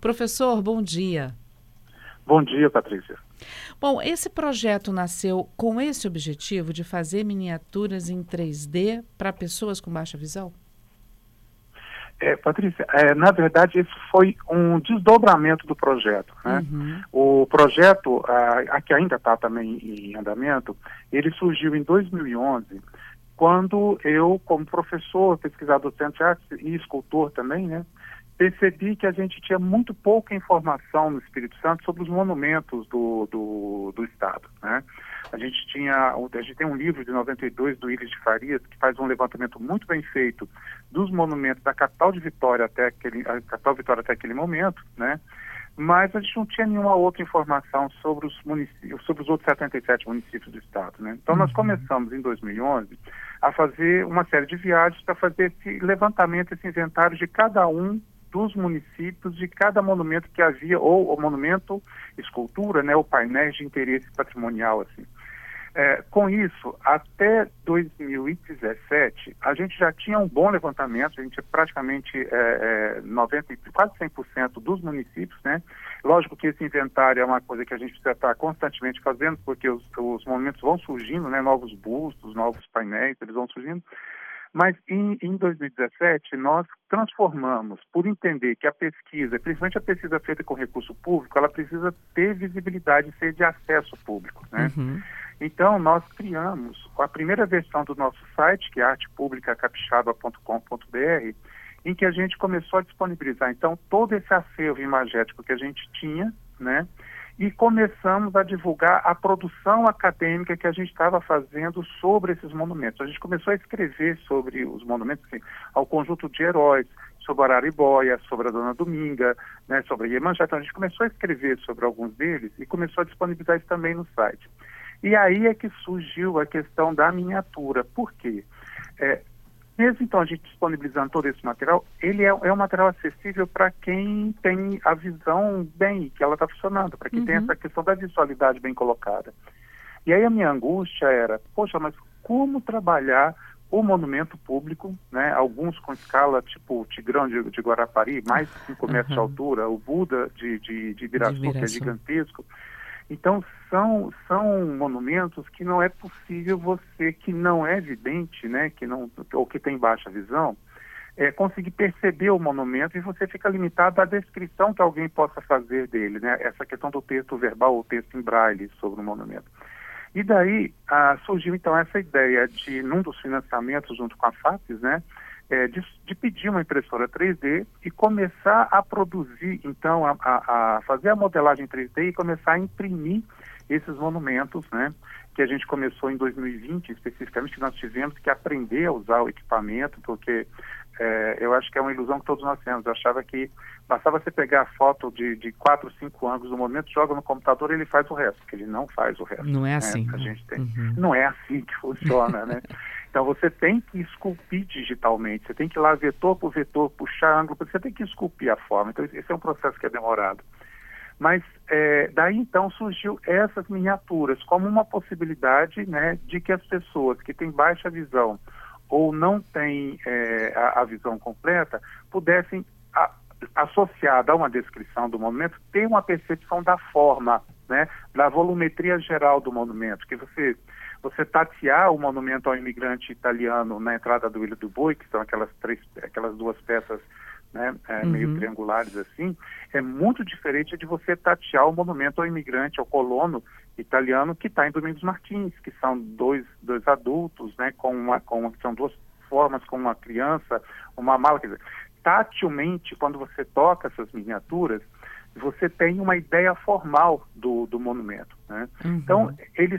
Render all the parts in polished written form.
Professor, bom dia. Bom dia, Patrícia. Bom, esse projeto nasceu com esse objetivo de fazer miniaturas em 3D para pessoas com baixa visão? Patrícia, na verdade, isso foi um desdobramento do projeto, né? Uhum. O projeto, que ainda está também em andamento, ele surgiu em 2011, quando eu, como professor, pesquisador de ciência de artes e escultor também, né, percebi que a gente tinha muito pouca informação no Espírito Santo sobre os monumentos do Estado, né? A gente tem um livro de 92 do Willis de Farias que faz um levantamento muito bem feito dos monumentos da capital de Vitória até aquele momento, né? Mas a gente não tinha nenhuma outra informação sobre os municípios, sobre os outros 77 municípios do estado, né? Então nós começamos em 2011 a fazer uma série de viagens para fazer esse levantamento, esse inventário de cada um dos municípios, de cada monumento que havia, ou o monumento, escultura, né, ou painéis de interesse patrimonial, assim. Com isso, até 2017, a gente já tinha um bom levantamento, a gente praticamente 90, quase 100% dos municípios, né? Lógico que esse inventário é uma coisa que a gente precisa estar constantemente fazendo, porque os monumentos vão surgindo, né? Novos bustos, novos painéis, eles vão surgindo. Mas em 2017, nós transformamos, por entender que a pesquisa, principalmente a pesquisa feita com recurso público, ela precisa ter visibilidade e ser de acesso público, né? Uhum. Então, nós criamos a primeira versão do nosso site, que é artepublicacapixaba.com.br, em que a gente começou a disponibilizar, então, todo esse acervo imagético que a gente tinha, né? E começamos a divulgar a produção acadêmica que a gente estava fazendo sobre esses monumentos. A gente começou a escrever sobre os monumentos, assim, ao conjunto de heróis, sobre a Araribóia, sobre a Dona Dominga, né, sobre a Iemanjá. Então a gente começou a escrever sobre alguns deles e começou a disponibilizar isso também no site. E aí é que surgiu a questão da miniatura. Por quê? Mesmo então a gente disponibilizando todo esse material, ele é um material acessível para quem tem a visão bem, que ela está funcionando, para quem tem essa questão da visualidade bem colocada. E aí a minha angústia era, poxa, mas como trabalhar o monumento público, né? Alguns com escala tipo o Tigrão de Guarapari, mais de 5 metros de altura, o Buda de Ibiraçu, que é gigantesco. Então, são monumentos que não é possível você, que não é vidente, né, ou que tem baixa visão, conseguir perceber o monumento, e você fica limitado à descrição que alguém possa fazer dele, né, essa questão do texto verbal ou texto em braille sobre o monumento. E daí surgiu então essa ideia de, num dos financiamentos junto com a FAPES, né, de pedir uma impressora 3D e começar a produzir, então, a fazer a modelagem 3D e começar a imprimir esses monumentos, né? Que a gente começou em 2020, especificamente, que nós tivemos que aprender a usar o equipamento, porque eu acho que é uma ilusão que todos nós temos. Eu achava que bastava você pegar a foto de 4, 5 ângulos do monumento, joga no computador e ele faz o resto, que ele não faz o resto. Não é assim. A gente tem. Não é assim que funciona, né? Então você tem que esculpir digitalmente, você tem que ir lá vetor por vetor, puxar ângulo, você tem que esculpir a forma. Então esse é um processo que é demorado. Mas daí então surgiu essas miniaturas como uma possibilidade, né, de que as pessoas que têm baixa visão ou não têm a visão completa pudessem, associada a uma descrição do monumento, ter uma percepção da forma, né, da volumetria geral do monumento, que você tatear o monumento ao imigrante italiano na entrada do Ilha do Boi, que são aquelas duas peças, né, meio triangulares assim, é muito diferente de você tatear o monumento ao imigrante, ao colono italiano que está em Domingos Martins, que são dois adultos, né, são duas formas, com uma criança, uma mala. Quer dizer, tatilmente, quando você toca essas miniaturas, você tem uma ideia formal do monumento, né? Então,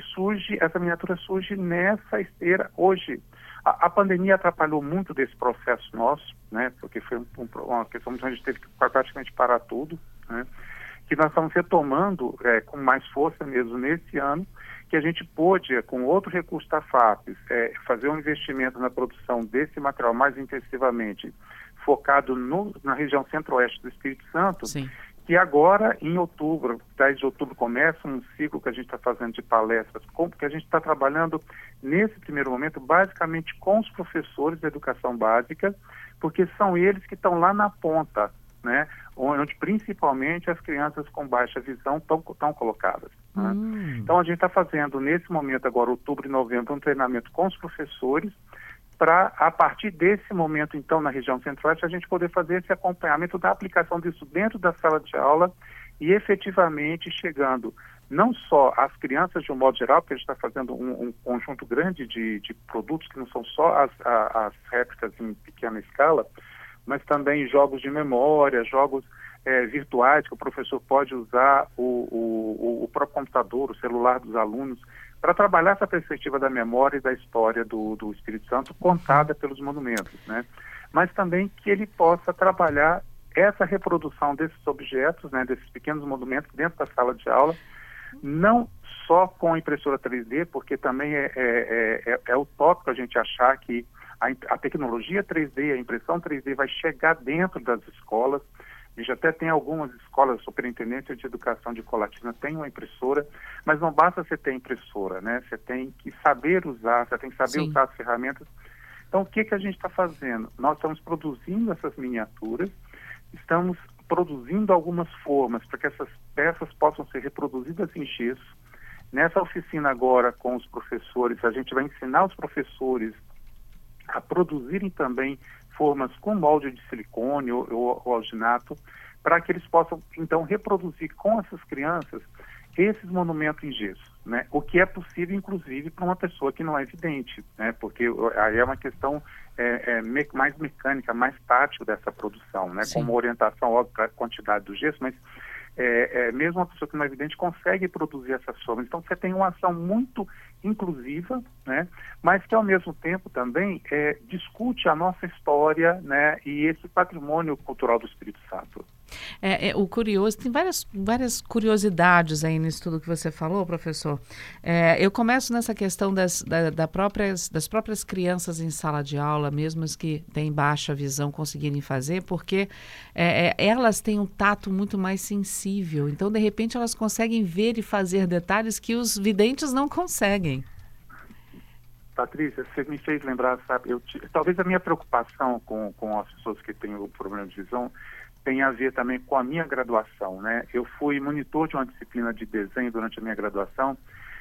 essa miniatura surge nessa esteira hoje. A pandemia atrapalhou muito desse processo nosso, né? Porque foi uma questão onde a gente teve que praticamente parar tudo, né? Que nós estamos retomando com mais força mesmo nesse ano, que a gente pôde, com outro recurso da FAPES, fazer um investimento na produção desse material mais intensivamente, focado na região centro-oeste do Espírito Santo. Sim. Que agora, em outubro, 10 de outubro, começa um ciclo que a gente está fazendo de palestras, que a gente está trabalhando, nesse primeiro momento, basicamente com os professores da educação básica, porque são eles que estão lá na ponta, né, onde principalmente as crianças com baixa visão estão colocadas. Né? Então a gente está fazendo nesse momento agora, outubro e novembro, um treinamento com os professores para, a partir desse momento, então, na região centro-oeste, a gente poder fazer esse acompanhamento da aplicação disso dentro da sala de aula e efetivamente chegando não só às crianças de um modo geral, porque a gente está fazendo um conjunto grande de produtos que não são só as réplicas em pequena escala, mas também jogos de memória, jogos virtuais que o professor pode usar o próprio computador, o celular dos alunos, para trabalhar essa perspectiva da memória e da história do Espírito Santo contada pelos monumentos, né? Mas também que ele possa trabalhar essa reprodução desses objetos, né, desses pequenos monumentos dentro da sala de aula, não só com impressora 3D, porque também é utópico a gente achar que a tecnologia 3D, a impressão 3D vai chegar dentro das escolas. A gente até tem algumas escolas, Superintendência de Educação de Colatina tem uma impressora, mas não basta você ter impressora, né? Você tem que saber usar, você tem que saber usar as ferramentas. Então, o que a gente está fazendo? Nós estamos produzindo essas miniaturas, estamos produzindo algumas formas para que essas peças possam ser reproduzidas em gesso. Nessa oficina agora com os professores, a gente vai ensinar os professores a produzirem também formas com molde de silicone ou alginato, para que eles possam, então, reproduzir com essas crianças esses monumentos em gesso, né? O que é possível, inclusive, para uma pessoa que não é vidente, né? Porque aí é uma questão mais mecânica, mais tátil dessa produção, né? Com uma orientação, óbvio, para a quantidade do gesso, mas mesmo uma pessoa que não é vidente consegue produzir essas formas. Então, você tem uma ação muito inclusiva, né? Mas que, ao mesmo tempo, também discute a nossa história, né? E esse patrimônio cultural do Espírito Santo. O curioso, tem várias curiosidades aí nisso tudo que você falou, professor. Eu começo nessa questão das próprias crianças em sala de aula, mesmo as que têm baixa visão, conseguirem fazer, porque elas têm um tato muito mais sensível. Então, de repente, elas conseguem ver e fazer detalhes que os videntes não conseguem. Patrícia, você me fez lembrar, sabe, talvez a minha preocupação com as pessoas que têm o problema de visão tem a ver também com a minha graduação, né? Eu fui monitor de uma disciplina de desenho durante a minha graduação,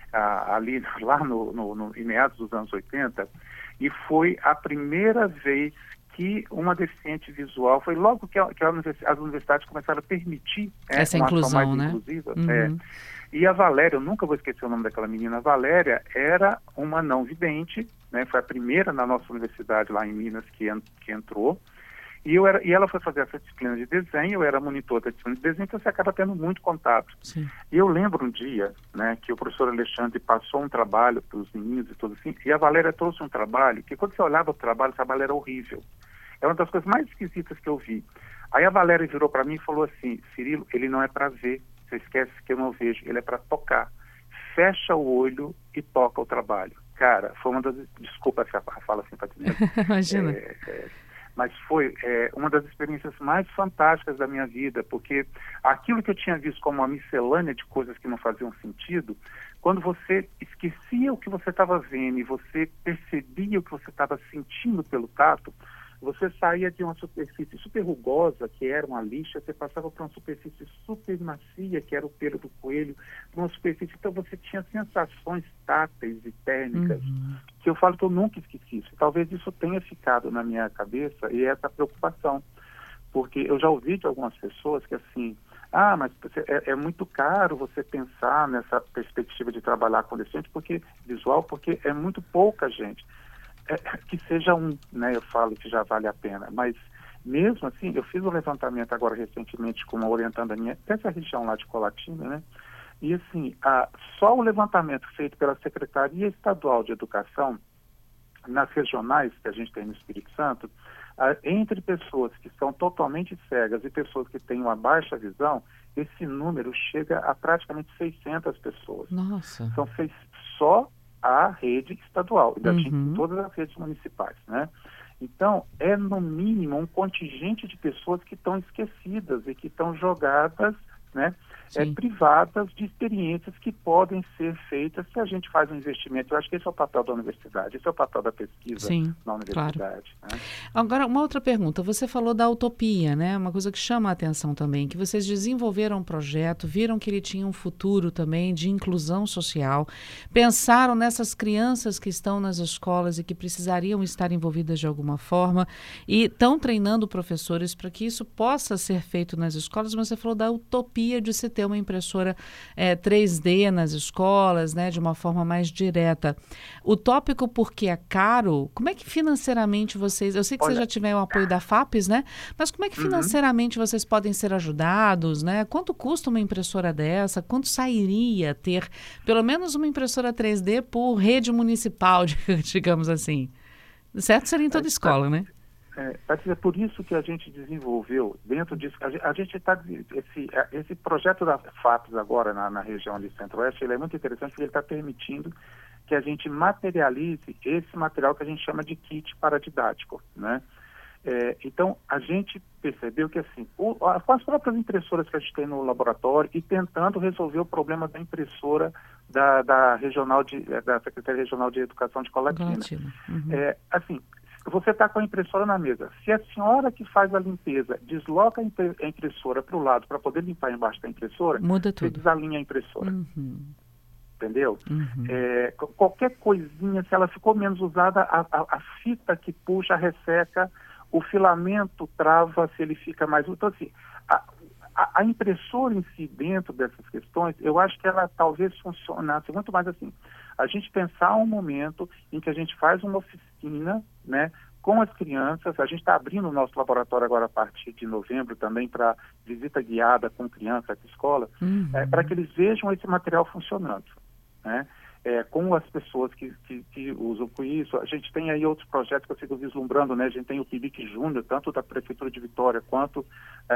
ali lá em meados dos anos 80, e foi a primeira vez que uma deficiente visual, foi logo que as universidades começaram a permitir essa uma inclusão, ação mais né? inclusiva. E a Valéria, eu nunca vou esquecer o nome daquela menina, a Valéria era uma não vidente, né? Foi a primeira na nossa universidade lá em Minas que entrou. E ela foi fazer essa disciplina de desenho, eu era monitor da disciplina de desenho, então você acaba tendo muito contato. Sim. E eu lembro um dia, né, que o professor Alexandre passou um trabalho para os meninos e tudo assim, e a Valéria trouxe um trabalho, que quando você olhava o trabalho era horrível. É uma das coisas mais esquisitas que eu vi. Aí a Valéria virou para mim e falou assim: Cirilo, ele não é para ver, você esquece que eu não vejo, ele é para tocar. Fecha o olho e toca o trabalho. Cara, foi uma das... Desculpa se a fala assim para dizer. Imagina. Mas foi uma das experiências mais fantásticas da minha vida, porque aquilo que eu tinha visto como uma miscelânea de coisas que não faziam sentido, quando você esquecia o que você estava vendo e você percebia o que você estava sentindo pelo tato, você saía de uma superfície super rugosa, que era uma lixa, você passava para uma superfície super macia, que era o pelo do coelho, uma superfície, então você tinha sensações táteis e térmicas, que eu falo que eu nunca esqueci isso. Talvez isso tenha ficado na minha cabeça e essa preocupação, porque eu já ouvi de algumas pessoas que assim, mas é muito caro você pensar nessa perspectiva de trabalhar com deficiente visual, porque é muito pouca gente. Que seja né, eu falo que já vale a pena, mas mesmo assim, eu fiz um levantamento agora recentemente com uma orientanda minha, dessa região lá de Colatina, né, e assim, só o levantamento feito pela Secretaria Estadual de Educação, nas regionais que a gente tem no Espírito Santo, entre pessoas que são totalmente cegas e pessoas que têm uma baixa visão, esse número chega a praticamente 600 pessoas. Nossa! São só a rede estadual, ainda tinha todas as redes municipais, né? Então, é no mínimo um contingente de pessoas que estão esquecidas e que estão jogadas, né? sim. privadas de experiências que podem ser feitas se a gente faz um investimento. Eu acho que esse é o papel da universidade, esse é o papel da pesquisa Sim, na claro. universidade. Né? Agora, uma outra pergunta. Você falou da utopia, né? Uma coisa que chama a atenção também, que vocês desenvolveram um projeto, viram que ele tinha um futuro também de inclusão social, pensaram nessas crianças que estão nas escolas e que precisariam estar envolvidas de alguma forma e estão treinando professores para que isso possa ser feito nas escolas, mas você falou da utopia de se ter uma impressora 3D nas escolas, né, de uma forma mais direta. Utópico porque é caro? Como é que financeiramente vocês... Eu sei que vocês já tiveram o apoio da FAPES, né? Mas como é que financeiramente vocês podem ser ajudados, né? Quanto custa uma impressora dessa? Quanto sairia ter pelo menos uma impressora 3D por rede municipal, digamos assim? Certo? Seria em toda escola, né? É por isso que a gente desenvolveu, dentro disso, a gente está... Esse projeto da FAPES agora na região ali centro-oeste, ele é muito interessante porque ele está permitindo que a gente materialize esse material que a gente chama de kit paradidático, né? Então, a gente percebeu que, assim, com as próprias impressoras que a gente tem no laboratório e tentando resolver o problema da impressora da Secretaria Regional de Educação de Colatina. Assim, você está com a impressora na mesa. Se a senhora que faz a limpeza desloca a impressora para o lado para poder limpar embaixo da impressora, muda você tudo. desalinha a impressora. Entendeu? Uhum. Qualquer coisinha, se ela ficou menos usada, a fita que puxa resseca, o filamento trava se ele fica mais... Então, assim, a impressora em si, dentro dessas questões, eu acho que ela talvez funcionasse muito mais assim. A gente pensar um momento em que a gente faz uma oficina, né, com as crianças. A gente está abrindo o nosso laboratório agora a partir de novembro também para visita guiada com criança à escola, para que eles vejam esse material funcionando, né? Com as pessoas que usam com isso. A gente tem aí outros projetos que eu sigo vislumbrando, né? A gente tem o PIBIC Júnior, tanto da Prefeitura de Vitória quanto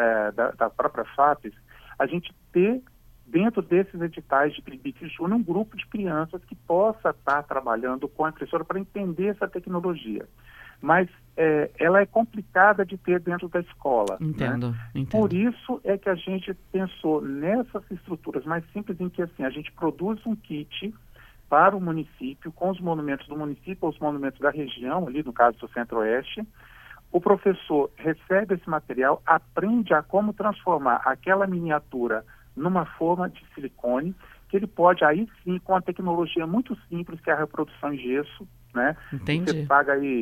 da própria FAPES. A gente ter, dentro desses editais de PIBIC Júnior, um grupo de crianças que possa estar trabalhando com a impressora para entender essa tecnologia. Mas ela é complicada de ter dentro da escola. Entendo, né? entendo. Por isso é que a gente pensou nessas estruturas mais simples, em que assim, a gente produz um kit para o município, com os monumentos do município, os monumentos da região, ali no caso do Centro-Oeste. O professor recebe esse material, aprende a como transformar aquela miniatura numa forma de silicone, que ele pode, aí sim, com a tecnologia muito simples, que é a reprodução em gesso, né? Entendi. Você paga aí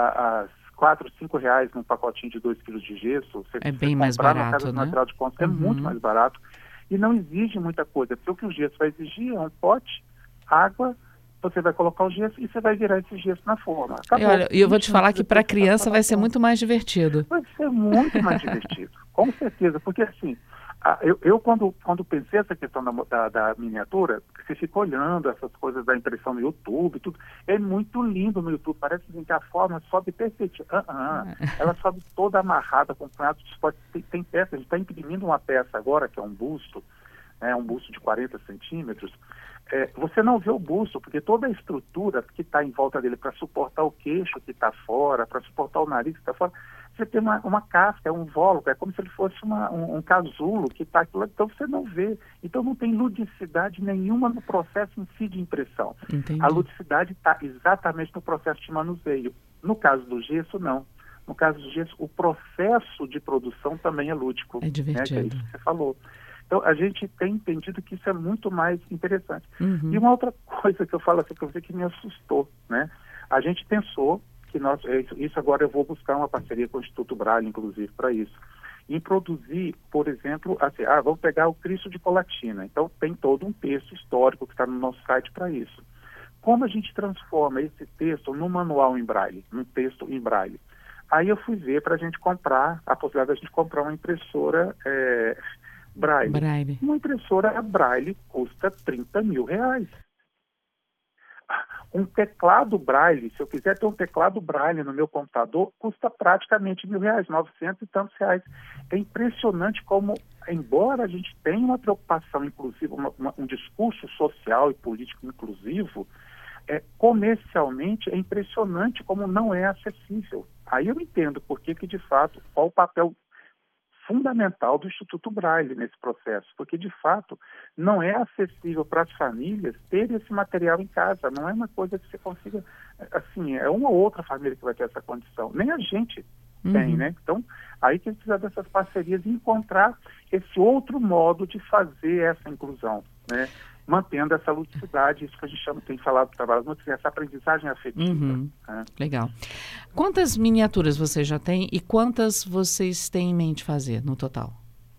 R$4, R$5 num pacotinho de 2 quilos de gesso. É bem mais barato, na casa de né? material de conta, é muito mais barato. E não exige muita coisa, porque o que o gesso vai exigir é um pote, água, você vai colocar o gesso e você vai virar esse gesso na forma. E olha, eu vou te falar que para a criança vai ser muito mais divertido. Vai ser muito mais divertido, com certeza, porque assim, eu quando pensei essa questão da miniatura, você fica olhando essas coisas da impressão no YouTube, tudo, é muito lindo no YouTube, parece assim, que a forma sobe perfeitinho. Ela sobe toda amarrada, com punhados de suporte. Tem peça, a gente está imprimindo uma peça agora, que é um busto de 40 centímetros. Você não vê o busto, porque toda a estrutura que está em volta dele para suportar o queixo que está fora, para suportar o nariz que está fora, você tem uma casca, é um invólucro, é como se ele fosse um casulo que está aqui lá, então você não vê. Então não tem ludicidade nenhuma no processo em si de impressão. Entendi. A ludicidade está exatamente no processo de manuseio. No caso do gesso, não. No caso do gesso, o processo de produção também é lúdico. É divertido. Que é isso que você falou. Então, a gente tem entendido que isso é muito mais interessante. E uma outra coisa que eu falo assim, que me assustou, né? A gente pensou que isso agora eu vou buscar uma parceria com o Instituto Braille, inclusive, para isso. Em produzir, por exemplo, assim, vamos pegar o Cristo de Colatina. Então, tem todo um texto histórico que está no nosso site para isso. Como a gente transforma esse texto num manual em Braille, num texto em Braille? Aí eu fui ver para a gente comprar, a possibilidade de a gente comprar uma impressora Braille. Uma impressora Braille custa R$30 mil. Um teclado Braille, se eu quiser ter um teclado Braille no meu computador, custa praticamente R$1.000, 900 e tantos reais. É impressionante como, embora a gente tenha uma preocupação inclusiva, um discurso social e político inclusivo, comercialmente é impressionante como não é acessível. Aí eu entendo por que de fato, qual o papel fundamental do Instituto Braille nesse processo, porque, de fato, não é acessível para as famílias ter esse material em casa, não é uma coisa que você consiga, assim, é uma ou outra família que vai ter essa condição, nem a gente tem, né? Então, aí que a gente precisa dessas parcerias e encontrar esse outro modo de fazer essa inclusão, né? Mantendo essa ludicidade, isso que a gente chama, tem falado do trabalho muito, essa aprendizagem afetiva. Né? Legal. Quantas miniaturas você já tem e quantas vocês têm em mente fazer no total?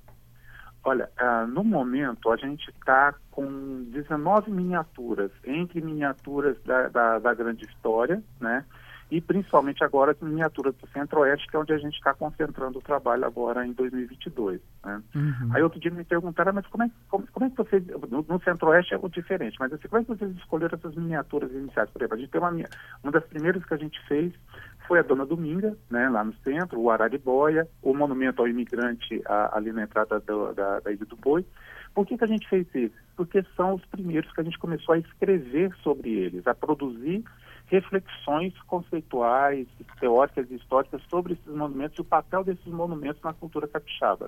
Olha, no momento a gente está com 19 miniaturas, entre miniaturas da grande história, né? E principalmente agora as miniaturas do Centro-Oeste, que é onde a gente está concentrando o trabalho agora em 2022. Né? Aí outro dia me perguntaram, mas como é que vocês, no Centro-Oeste é diferente, mas assim, como é que vocês escolheram essas miniaturas iniciais? Por exemplo, a gente tem uma das primeiras que a gente fez foi a Dona Dominga, né, lá no centro, o Araribóia, o monumento ao imigrante ali na entrada da Ilha do Boi. Por que a gente fez isso? Porque são os primeiros que a gente começou a escrever sobre eles, a produzir reflexões conceituais, teóricas e históricas sobre esses monumentos e o papel desses monumentos na cultura capixaba.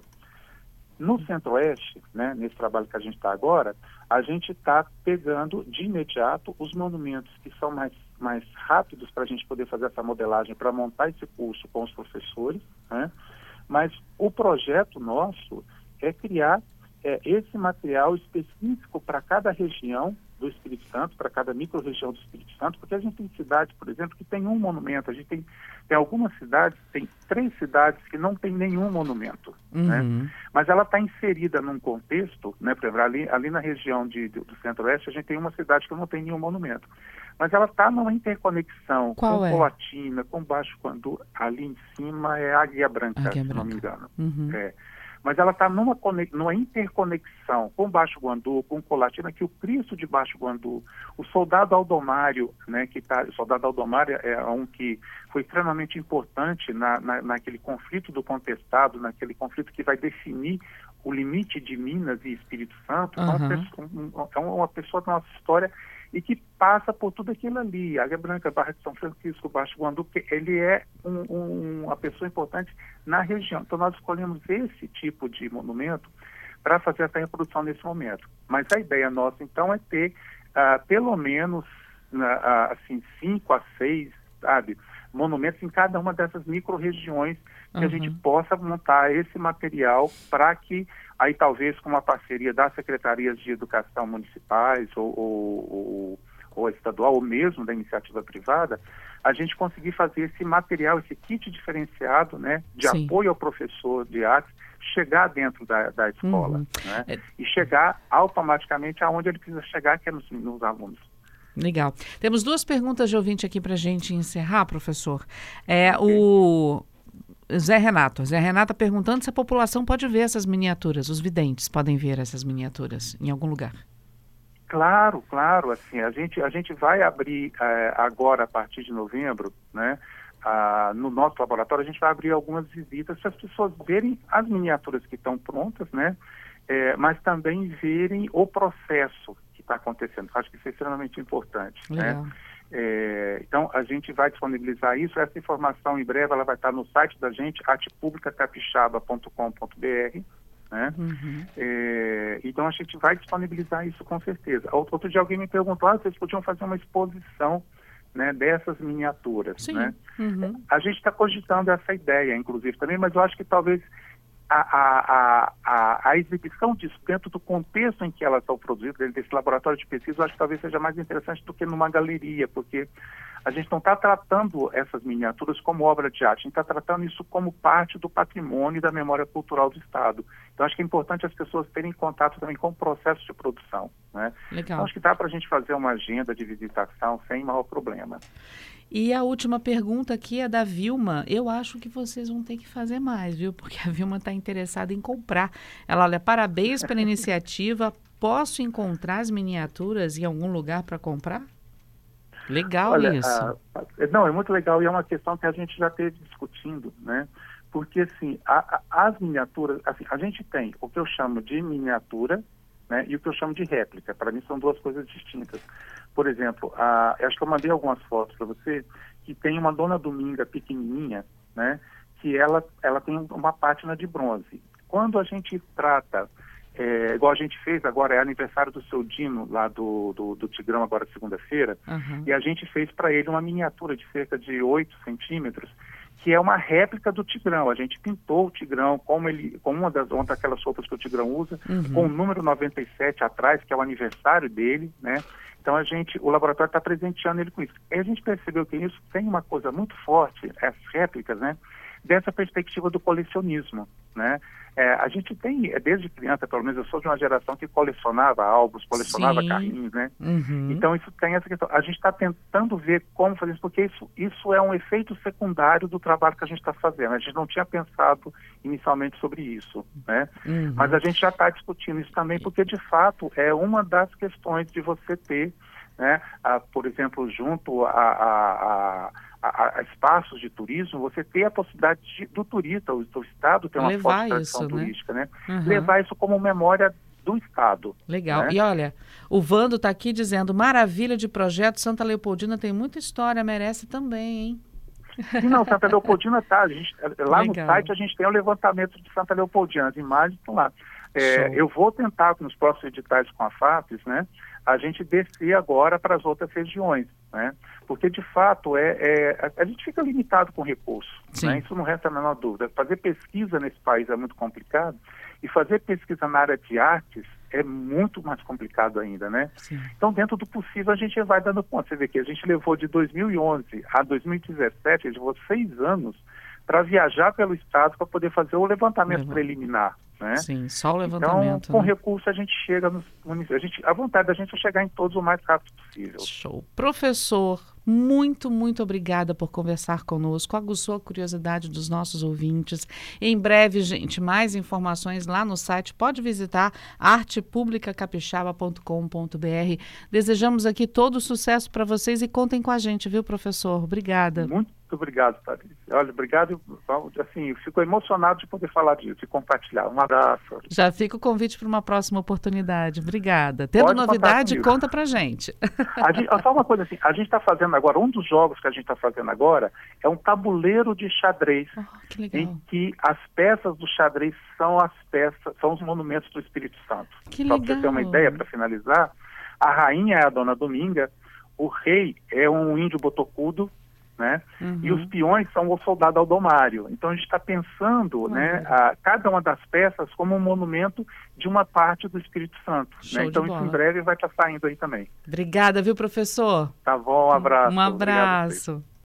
No Centro-Oeste, né, nesse trabalho que a gente está agora, a gente está pegando de imediato os monumentos que são mais rápidos para a gente poder fazer essa modelagem, para montar esse curso com os professores, né? Mas o projeto nosso é criar esse material específico para cada região do Espírito Santo, para cada micro-região do Espírito Santo, porque a gente tem cidades, por exemplo, que tem um monumento, a gente tem algumas cidades, tem 3 cidades que não tem nenhum monumento, né? Mas ela está inserida num contexto, né? Por exemplo, ali na região do Centro-Oeste, a gente tem uma cidade que não tem nenhum monumento, mas ela está numa interconexão com Colatina, com Baixo Guandu, ali em cima é Águia Branca, se não me engano. Mas ela está numa interconexão com Baixo Guandu, com Colatina, que o Cristo de Baixo Guandu, o Soldado Aldomário, né, o Soldado Aldomário é um que foi extremamente importante naquele conflito do contestado, naquele conflito que vai definir o limite de Minas e Espírito Santo. É uma pessoa da nossa história e que passa por tudo aquilo ali, Águia Branca, Barra de São Francisco, Baixo Guandu, porque ele é uma pessoa importante na região. Então nós escolhemos esse tipo de monumento para fazer essa reprodução nesse momento. Mas a ideia nossa, então, é ter pelo menos assim, 5 a 6, sabe, monumentos em cada uma dessas micro-regiões que a gente possa montar esse material para que, aí talvez com uma parceria das secretarias de educação municipais ou estadual, ou mesmo da iniciativa privada, a gente conseguir fazer esse material, esse kit diferenciado, né, de apoio ao professor de artes, chegar dentro da escola, né, e chegar automaticamente aonde ele precisa chegar, que é nos alunos. Legal. Temos 2 perguntas de ouvinte aqui para a gente encerrar, professor. O Zé Renato. Zé Renato perguntando se a população pode ver essas miniaturas, os videntes podem ver essas miniaturas em algum lugar. Claro, assim, a gente vai abrir agora, a partir de novembro, né, no nosso laboratório, a gente vai abrir algumas visitas para as pessoas verem as miniaturas que estão prontas, né, mas também verem o processo que está acontecendo. Acho que isso é extremamente importante. Legal. Né? Então, a gente vai disponibilizar isso. Essa informação, em breve, ela vai estar no site da gente, artepublicacapixaba.com.br. Né? Então, a gente vai disponibilizar isso com certeza. Outro dia alguém me perguntou, vocês podiam fazer uma exposição, né, dessas miniaturas. Sim. Né? A gente está cogitando essa ideia, inclusive, também, mas eu acho que talvez a exibição disso dentro do contexto em que elas são produzidas, dentro desse laboratório de pesquisa, eu acho que talvez seja mais interessante do que numa galeria, porque a gente não está tratando essas miniaturas como obra de arte, a gente está tratando isso como parte do patrimônio e da memória cultural do Estado. Então, acho que é importante as pessoas terem contato também com o processo de produção. Né? Legal. Então, acho que dá para a gente fazer uma agenda de visitação sem maior problema. E a última pergunta aqui é da Vilma. Eu acho que vocês vão ter que fazer mais, viu? Porque a Vilma está interessada em comprar. Ela olha, parabéns pela iniciativa. Posso encontrar as miniaturas em algum lugar para comprar? Legal. Olha, isso. Não, é muito legal e é uma questão que a gente já esteve discutindo, né? Porque, assim, as miniaturas, assim, a gente tem o que eu chamo de miniatura, né, e o que eu chamo de réplica. Para mim são 2 coisas distintas. Por exemplo, acho que eu mandei algumas fotos para você, que tem uma Dona Dominga pequenininha, né, que ela tem uma pátina de bronze. quando a gente trata, igual a gente fez agora, é aniversário do seu Dino, lá do Tigrão, agora segunda-feira, e a gente fez para ele uma miniatura de cerca de 8 centímetros, que é uma réplica do Tigrão. A gente pintou o Tigrão com uma daquelas roupas que o Tigrão usa, com o número 97 atrás, que é o aniversário dele, né? Então o laboratório está presenteando ele com isso. E a gente percebeu que isso tem uma coisa muito forte, as réplicas, né? Dessa perspectiva do colecionismo, né? A gente tem, desde criança, pelo menos eu sou de uma geração que colecionava álbuns, colecionava carrinhos, né? Então isso tem essa questão. A gente está tentando ver como fazer isso, porque isso é um efeito secundário do trabalho que a gente está fazendo. A gente não tinha pensado inicialmente sobre isso, né? Mas a gente já está discutindo isso também, porque de fato é uma das questões de você ter, né? Por exemplo, junto a espaços de turismo, você ter a possibilidade do turista, o Estado tem uma forte tradição turística, né? Levar isso como memória do Estado. Legal. Né? E olha, o Vando está aqui dizendo, maravilha de projeto, Santa Leopoldina tem muita história, merece também, hein? Sim, não, Santa Leopoldina está. Lá no site a gente tem o levantamento de Santa Leopoldina, as imagens estão lá. Eu vou tentar, nos próximos editais com a FAPES, né, a gente descer agora para as outras regiões, né? Porque, de fato, a gente fica limitado com recursos, né? Isso não resta a menor dúvida. Fazer pesquisa nesse país é muito complicado e fazer pesquisa na área de artes é muito mais complicado ainda, né? Sim. Então, dentro do possível, a gente vai dando conta. Você vê que a gente levou de 2011 a 2017, a gente levou 6 anos para viajar pelo Estado para poder fazer o levantamento preliminar. Né? Sim, só o levantamento. Então, com recurso, a gente chega nos municípios. A vontade da gente é chegar em todos o mais rápido possível. Show. Professor, muito, muito obrigada por conversar conosco. Aguçou a curiosidade dos nossos ouvintes. Em breve, gente, mais informações lá no site. Pode visitar artepublicacapixaba.com.br. Desejamos aqui todo o sucesso para vocês e contem com a gente, viu, professor? Obrigada. Muito obrigado, Thalys. Olha, obrigado. Assim, eu fico emocionado de poder falar disso e compartilhar. Um abraço. Já fica o convite para uma próxima oportunidade. Obrigada. Tendo novidade, conta pra gente. Só uma coisa assim, a gente está fazendo agora, um dos jogos que a gente está fazendo agora é um tabuleiro de xadrez, em que as peças do xadrez são os monumentos do Espírito Santo. Que Só legal. para você ter uma ideia, para finalizar, a rainha é a Dona Dominga, o rei é um índio botocudo, né? E os peões são o soldado Aldomário. Então a gente está pensando, né, cada uma das peças como um monumento de uma parte do Espírito Santo. Né? Então isso em breve vai estar saindo aí também. Obrigada, viu, professor? Tá bom, um abraço. Um abraço.